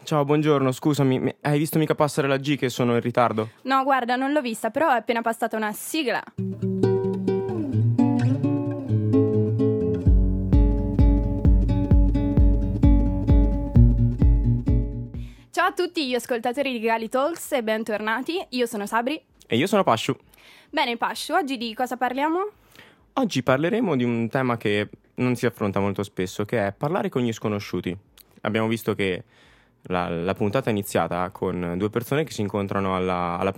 Ciao, buongiorno, scusami, hai visto mica passare la G che sono in ritardo? No, guarda, non l'ho vista, però è appena passata una sigla. Ciao a tutti gli ascoltatori di Gali Talks e bentornati. Io sono Sabri. E io sono Pasciu. Bene, Pasciu, oggi di cosa parliamo? Oggi parleremo di un tema che non si affronta molto spesso, che è parlare con gli sconosciuti. Abbiamo visto che la puntata è iniziata con due persone che si incontrano alla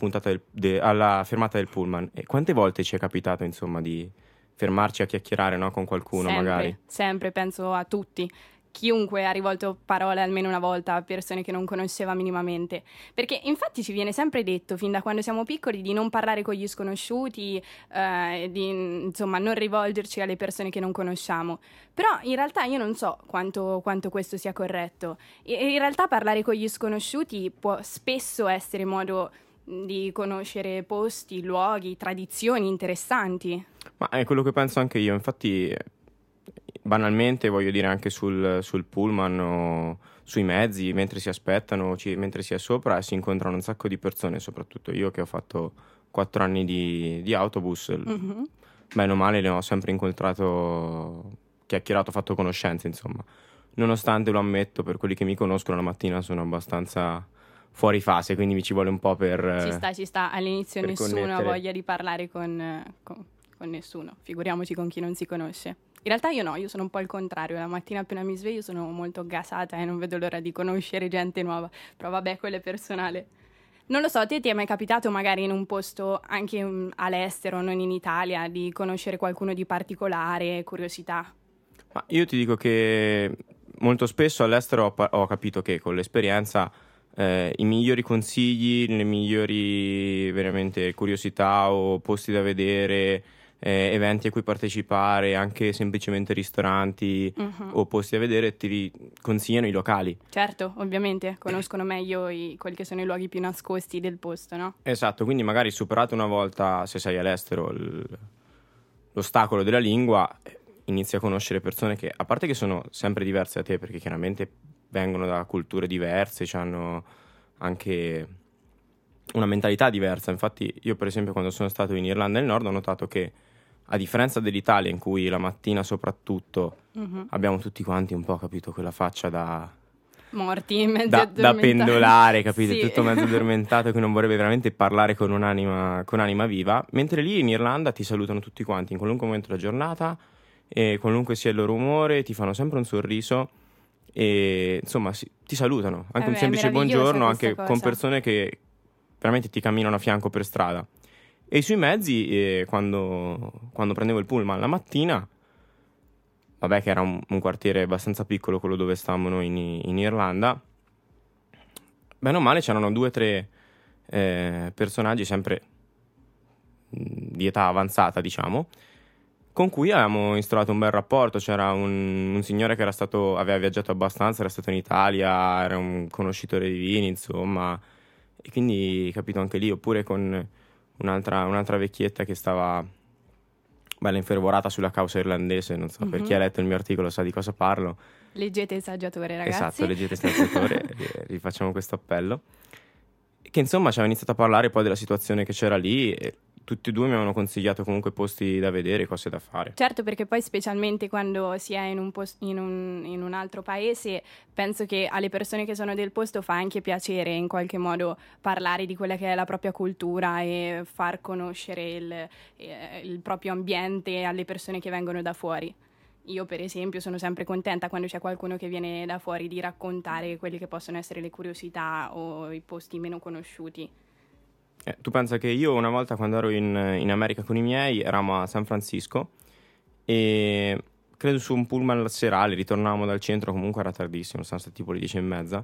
fermata del pullman. E quante volte ci è capitato, insomma, di fermarci a chiacchierare, no, con qualcuno, magari? Sempre, penso a tutti. Chiunque ha rivolto parole almeno una volta a persone che non conosceva minimamente, perché infatti ci viene sempre detto fin da quando siamo piccoli di non parlare con gli sconosciuti, di insomma non rivolgerci alle persone che non conosciamo, però in realtà io non so quanto questo sia corretto. In realtà parlare con gli sconosciuti può spesso essere modo di conoscere posti, luoghi, tradizioni interessanti. Ma è quello che penso anche io, infatti. Banalmente, voglio dire, anche sul pullman o sui mezzi, mentre si aspettano, mentre si è sopra, si incontrano un sacco di persone, soprattutto io che ho fatto 4 anni di autobus. Bene o male ne ho sempre incontrato, chiacchierato, fatto conoscenze, insomma. Nonostante, lo ammetto, per quelli che mi conoscono, la mattina sono abbastanza fuori fase, quindi mi ci vuole un po' per... Ci sta. All'inizio nessuno ha connettere. voglia di parlare con nessuno, figuriamoci con chi non si conosce. In realtà io no, io sono un po' il contrario, la mattina appena mi sveglio sono molto gasata e non vedo l'ora di conoscere gente nuova, però vabbè, quello è personale. Non lo so, ti è mai capitato magari in un posto anche all'estero, non in Italia, di conoscere qualcuno di particolare, curiosità? Ma io ti dico che molto spesso all'estero ho capito che con l'esperienza i migliori consigli, le migliori veramente curiosità o posti da vedere, eventi a cui partecipare, anche semplicemente ristoranti o posti da vedere, ti consigliano i locali. Certo, ovviamente, conoscono meglio quelli che sono i luoghi più nascosti del posto, no? Esatto, quindi magari superato una volta, se sei all'estero, l'ostacolo della lingua, inizi a conoscere persone che, a parte che sono sempre diverse da te, perché chiaramente vengono da culture diverse, hanno anche una mentalità diversa. Infatti io, per esempio, quando sono stato in Irlanda del Nord ho notato che, a differenza dell'Italia, in cui la mattina soprattutto abbiamo tutti quanti un po', capito, quella faccia da morti, mezzo da pendolare, capito? Sì. Tutto mezzo addormentato che non vorrebbe veramente parlare con un'anima viva, mentre lì in Irlanda ti salutano tutti quanti in qualunque momento della giornata, e qualunque sia il loro umore ti fanno sempre un sorriso e insomma ti salutano, anche un semplice buongiorno, anche con persone che veramente ti camminano a fianco per strada. E sui mezzi, quando prendevo il pullman la mattina, vabbè, che era un quartiere abbastanza piccolo quello dove stavamo noi in Irlanda, bene o male c'erano 2 o 3 personaggi sempre di età avanzata, diciamo, con cui avevamo instaurato un bel rapporto. C'era un signore che aveva viaggiato abbastanza, era stato in Italia, era un conoscitore di vini, insomma, e quindi capito anche lì. Oppure con un'altra vecchietta che stava bella infervorata sulla causa irlandese, non so, per chi ha letto il mio articolo sa di cosa parlo. Leggete Il Saggiatore, ragazzi. Esatto, leggete Il Saggiatore, rifacciamo questo appello. Che insomma ci aveva iniziato a parlare poi della situazione che c'era lì, e tutti e due mi avevano consigliato comunque posti da vedere, cose da fare. Certo, perché poi specialmente quando si è in un altro paese, penso che alle persone che sono del posto fa anche piacere in qualche modo parlare di quella che è la propria cultura e far conoscere il proprio ambiente alle persone che vengono da fuori. Io per esempio sono sempre contenta quando c'è qualcuno che viene da fuori di raccontare quelle che possono essere le curiosità o i posti meno conosciuti. Tu pensa che io una volta, quando ero in America con i miei, eravamo a San Francisco e credo su un pullman serale, ritornavamo dal centro, comunque era tardissimo, sono stati tipo le 10:30,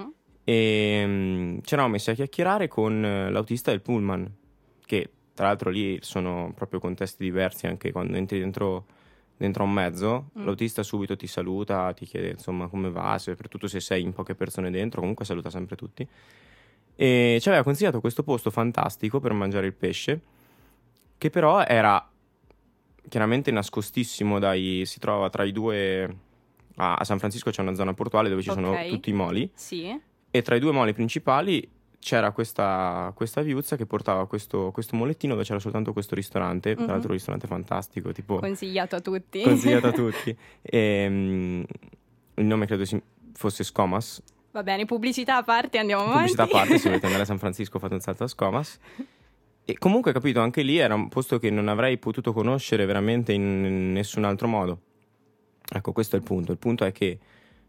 e ci eravamo messi a chiacchierare con l'autista del pullman, che tra l'altro lì sono proprio contesti diversi, anche quando entri dentro un mezzo, l'autista subito ti saluta, ti chiede insomma come va, soprattutto se sei in poche persone dentro, comunque saluta sempre tutti. E ci aveva consigliato questo posto fantastico per mangiare il pesce, che però era chiaramente nascostissimo si trova tra i due. A San Francisco c'è una zona portuale dove ci sono tutti i moli. Sì. e tra i due moli principali c'era questa viuzza che portava questo molettino dove c'era soltanto questo ristorante, tra l'altro un ristorante fantastico, tipo consigliato a tutti. Consigliato a tutti. Il nome credo fosse Scomas. Va bene, pubblicità a parte, andiamo avanti. Pubblicità a parte, se volete andare a San Francisco fate un salto a Scomas. E comunque, capito, anche lì era un posto che non avrei potuto conoscere veramente in nessun altro modo. Ecco, questo è il punto. Il punto è che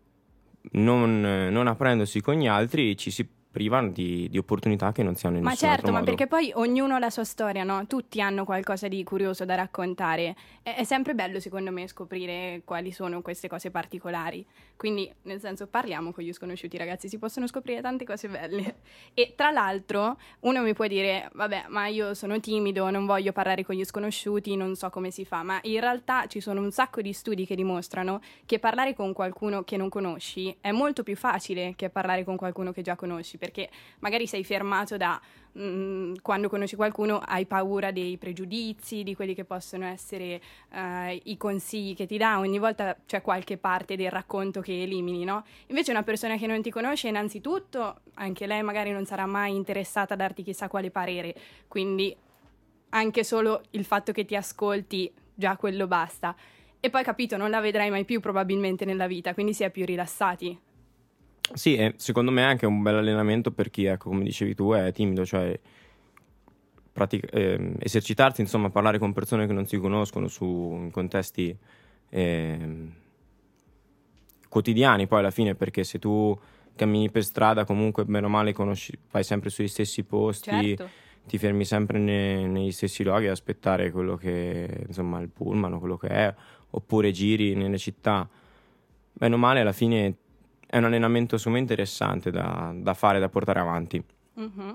non aprendosi con gli altri ci si privano di opportunità che non si hanno in nessun altro modo. Ma perché poi ognuno ha la sua storia, no? Tutti hanno qualcosa di curioso da raccontare. È sempre bello, secondo me, scoprire quali sono queste cose particolari. Quindi, nel senso, parliamo con gli sconosciuti, ragazzi, si possono scoprire tante cose belle. E tra l'altro, uno mi può dire, vabbè, ma io sono timido, non voglio parlare con gli sconosciuti, non so come si fa. Ma in realtà ci sono un sacco di studi che dimostrano che parlare con qualcuno che non conosci è molto più facile che parlare con qualcuno che già conosci, perché magari sei fermato da quando conosci qualcuno hai paura dei pregiudizi, di quelli che possono essere i consigli che ti dà, ogni volta c'è qualche parte del racconto che elimini, no? Invece una persona che non ti conosce, innanzitutto anche lei magari non sarà mai interessata a darti chissà quale parere, quindi anche solo il fatto che ti ascolti, già quello basta. E poi, capito, non la vedrai mai più probabilmente nella vita, quindi si è più rilassati. Sì, e secondo me è anche un bel allenamento per chi, ecco, come dicevi tu, è timido, cioè esercitarsi, insomma, parlare con persone che non si conoscono in contesti quotidiani, poi alla fine, perché se tu cammini per strada comunque bene o male vai sempre sugli stessi posti, certo. Ti fermi sempre negli stessi luoghi a aspettare quello che, insomma, il pullman o quello che è, oppure giri nelle città, bene o male alla fine è un allenamento secondo me interessante da fare, da portare avanti. Mm-hmm.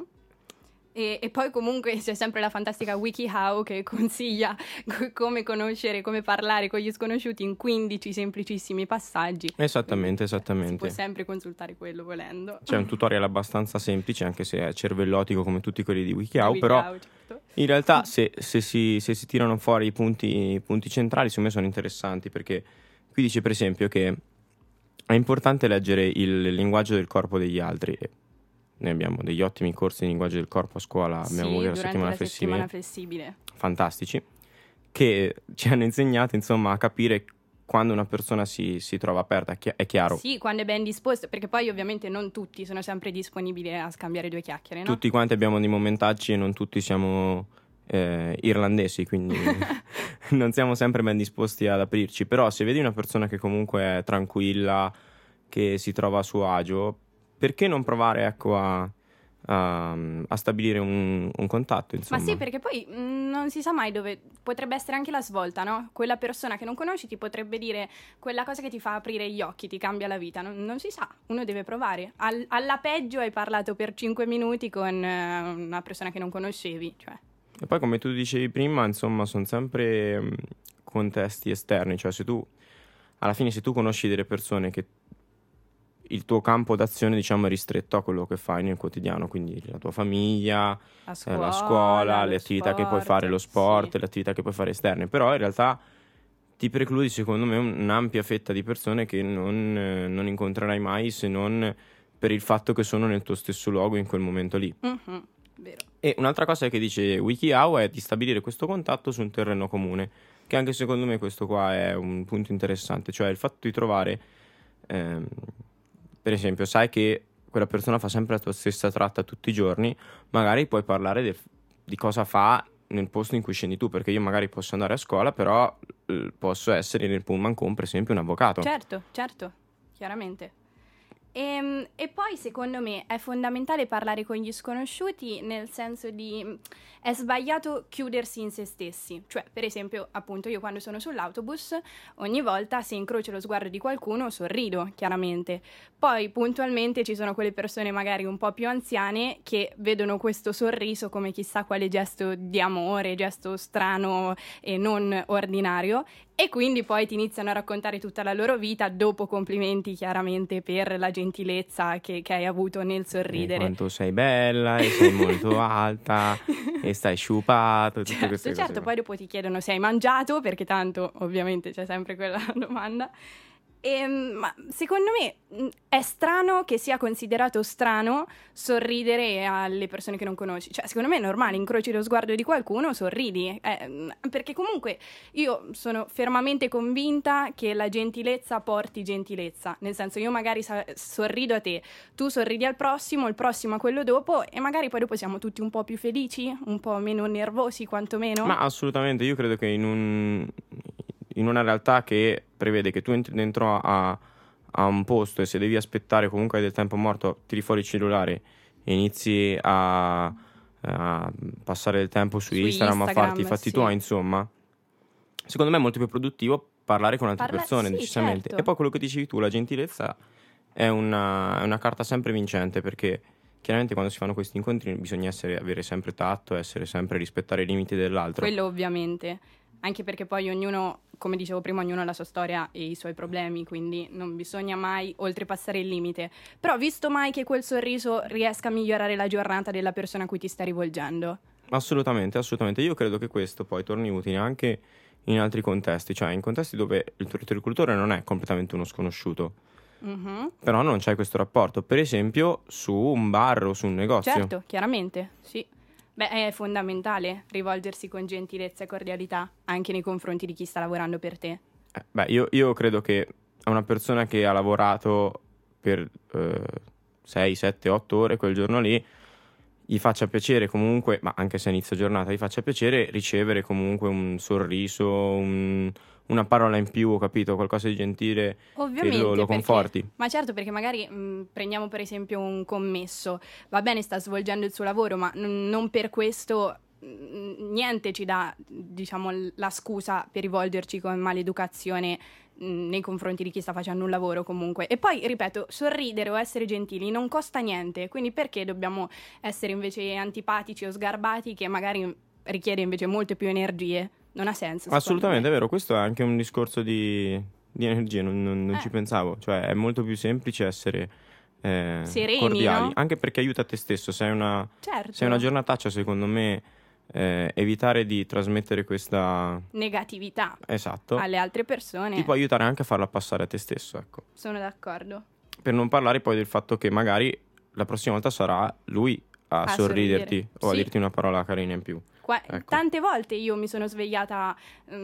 E poi comunque c'è sempre la fantastica WikiHow che consiglia come conoscere, come parlare con gli sconosciuti in 15 semplicissimi passaggi. Esattamente. Si può sempre consultare quello volendo. C'è un tutorial abbastanza semplice, anche se è cervellotico come tutti quelli di WikiHow, però certo. In realtà se si tirano fuori i punti centrali, secondo me sono interessanti, perché qui dice per esempio che è importante leggere il linguaggio del corpo degli altri. Noi abbiamo degli ottimi corsi di linguaggio del corpo a scuola, abbiamo avuto la settimana flessibile, fantastici, che ci hanno insegnato, insomma, a capire quando una persona si trova aperta, è chiaro. Sì, quando è ben disposto, perché poi ovviamente non tutti sono sempre disponibili a scambiare due chiacchiere, no? Tutti quanti abbiamo dei momentacci e non tutti siamo irlandesi, quindi non siamo sempre ben disposti ad aprirci, però se vedi una persona che comunque è tranquilla, che si trova a suo agio, perché non provare, ecco, a stabilire un contatto, insomma. Ma sì, perché poi non si sa mai dove potrebbe essere anche la svolta, no? Quella persona che non conosci ti potrebbe dire quella cosa che ti fa aprire gli occhi, ti cambia la vita, non si sa, uno deve provare. Alla peggio hai parlato per 5 minuti con una persona che non conoscevi, cioè. E poi, come tu dicevi prima, insomma, sono sempre contesti esterni, cioè se tu conosci delle persone che il tuo campo d'azione, diciamo, è ristretto a quello che fai nel quotidiano, quindi la tua famiglia, la scuola, le attività che puoi fare, lo sport, sì, le attività che puoi fare esterne, però in realtà ti precludi, secondo me, un'ampia fetta di persone che non incontrerai mai, se non per il fatto che sono nel tuo stesso luogo in quel momento lì. Mm-hmm, vero. E un'altra cosa che dice WikiHow è di stabilire questo contatto su un terreno comune, che anche secondo me questo qua è un punto interessante, cioè il fatto di trovare, per esempio, sai che quella persona fa sempre la tua stessa tratta tutti i giorni, magari puoi parlare di cosa fa nel posto in cui scendi tu, perché io magari posso andare a scuola, però posso essere nel pullman con, per esempio, un avvocato. Certo, chiaramente. E poi secondo me è fondamentale parlare con gli sconosciuti, nel senso di è sbagliato chiudersi in se stessi, cioè per esempio appunto io quando sono sull'autobus ogni volta se incrocio lo sguardo di qualcuno sorrido chiaramente, poi puntualmente ci sono quelle persone magari un po' più anziane che vedono questo sorriso come chissà quale gesto di amore, gesto strano e non ordinario, e quindi poi ti iniziano a raccontare tutta la loro vita dopo complimenti chiaramente per la gentilezza che hai avuto nel sorridere. Quanto sei bella e sei molto alta e stai sciupato, tutte queste cose. Certo, poi dopo ti chiedono se hai mangiato, perché tanto ovviamente c'è sempre quella domanda. Ma secondo me è strano che sia considerato strano sorridere alle persone che non conosci. Cioè, secondo me è normale, incroci lo sguardo di qualcuno, sorridi. Perché comunque io sono fermamente convinta che la gentilezza porti gentilezza. Nel senso, io magari sorrido a te, tu sorridi al prossimo, il prossimo a quello dopo, e magari poi dopo siamo tutti un po' più felici, un po' meno nervosi quantomeno. Ma assolutamente, io credo che in una realtà che prevede che tu entri dentro a un posto e se devi aspettare comunque hai del tempo morto, tiri fuori il cellulare e inizi a passare del tempo su Instagram a farti i fatti tuoi, insomma, secondo me è molto più produttivo parlare con altre persone, sì, decisamente. certo. E poi quello che dicevi tu, la gentilezza è una carta sempre vincente, perché chiaramente quando si fanno questi incontri bisogna avere sempre tatto, essere sempre rispettare i limiti dell'altro. Quello ovviamente. Anche perché poi ognuno, come dicevo prima, ognuno ha la sua storia e i suoi problemi, quindi non bisogna mai oltrepassare il limite. Però visto mai che quel sorriso riesca a migliorare la giornata della persona a cui ti stai rivolgendo? Assolutamente, assolutamente. Io credo che questo poi torni utile anche in altri contesti, cioè in contesti dove il tuo interlocutore non è completamente uno sconosciuto, però non c'è questo rapporto, per esempio su un bar o su un negozio. Certo, chiaramente, sì. Beh, è fondamentale rivolgersi con gentilezza e cordialità anche nei confronti di chi sta lavorando per te. Io credo che a una persona che ha lavorato per 6, 7, 8 ore quel giorno lì gli faccia piacere comunque, ma anche se inizia giornata, gli faccia piacere ricevere comunque un sorriso, una parola in più, capito? Qualcosa di gentile. Ovviamente, che lo conforti. Ma certo, perché magari prendiamo per esempio un commesso, va bene, sta svolgendo il suo lavoro, ma non per questo niente ci dà, diciamo, la scusa per rivolgerci con maleducazione nei confronti di chi sta facendo un lavoro comunque. E poi, ripeto, sorridere o essere gentili non costa niente, quindi perché dobbiamo essere invece antipatici o sgarbati, che magari richiede invece molte più energie? Non ha senso. Assolutamente, è vero, questo è anche un discorso di energia, non ci pensavo, cioè è molto più semplice essere sereni, cordiali, no? Anche perché aiuta te stesso, sei una Certo. giornataccia, secondo me, evitare di trasmettere questa negatività esatto alle altre persone ti può aiutare anche a farla passare a te stesso, ecco. Sono d'accordo. Per non parlare poi del fatto che magari la prossima volta sarà lui a sorriderti o a dirti una parola carina in più. Ecco. Tante volte io mi sono svegliata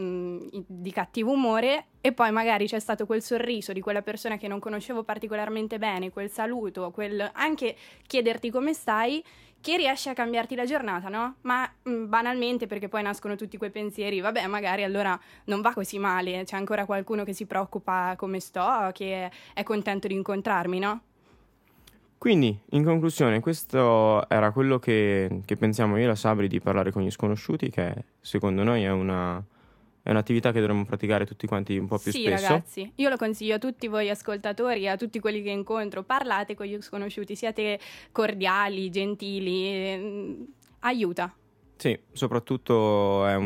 di cattivo umore e poi magari c'è stato quel sorriso di quella persona che non conoscevo particolarmente bene, quel saluto, anche chiederti come stai, che riesce a cambiarti la giornata, no? Ma banalmente, perché poi nascono tutti quei pensieri, vabbè, magari allora non va così male, c'è ancora qualcuno che si preoccupa come sto, che è contento di incontrarmi, no? Quindi, in conclusione, questo era quello che pensiamo io e la Sabri di parlare con gli sconosciuti, che secondo noi è un'attività che dovremmo praticare tutti quanti un po' più spesso. Sì, ragazzi, io lo consiglio a tutti voi ascoltatori, a tutti quelli che incontro, parlate con gli sconosciuti, siate cordiali, gentili, aiuta. Sì, soprattutto è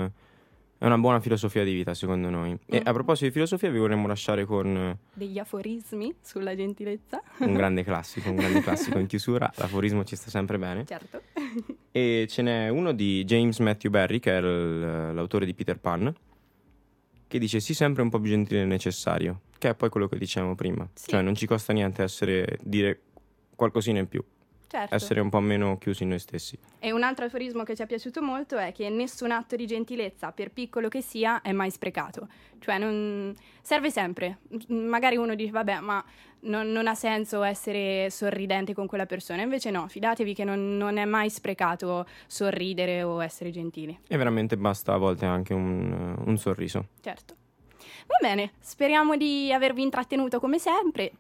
una buona filosofia di vita, secondo noi. E a proposito di filosofia, vi vorremmo lasciare con degli aforismi sulla gentilezza. un grande classico in chiusura. L'aforismo ci sta sempre bene. Certo. E ce n'è uno di James Matthew Barrie, che è l'autore di Peter Pan, che dice: sii sempre un po' più gentile del necessario, che è poi quello che dicevamo prima. Sì. Cioè non ci costa niente dire qualcosina in più. Certo. Essere un po' meno chiusi in noi stessi. E un altro aforismo che ci è piaciuto molto è che nessun atto di gentilezza, per piccolo che sia, è mai sprecato. Cioè non serve sempre. Magari uno dice vabbè, ma non ha senso essere sorridente con quella persona. Invece no, fidatevi che non è mai sprecato sorridere o essere gentili. E veramente basta a volte anche un sorriso. Certo. Va bene, speriamo di avervi intrattenuto come sempre.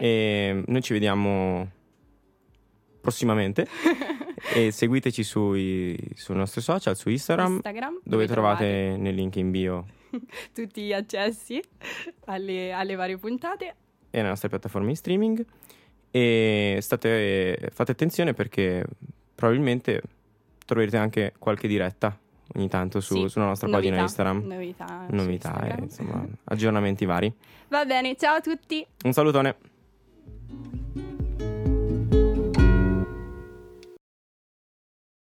E noi ci vediamo prossimamente e seguiteci sui nostri social, su Instagram dove trovate nel link in bio tutti gli accessi alle varie puntate e nelle nostre piattaforme in streaming. E fate attenzione, perché probabilmente troverete anche qualche diretta ogni tanto sulla nostra pagina Instagram. Novità Instagram. E insomma aggiornamenti vari. Va bene, ciao a tutti. Un salutone.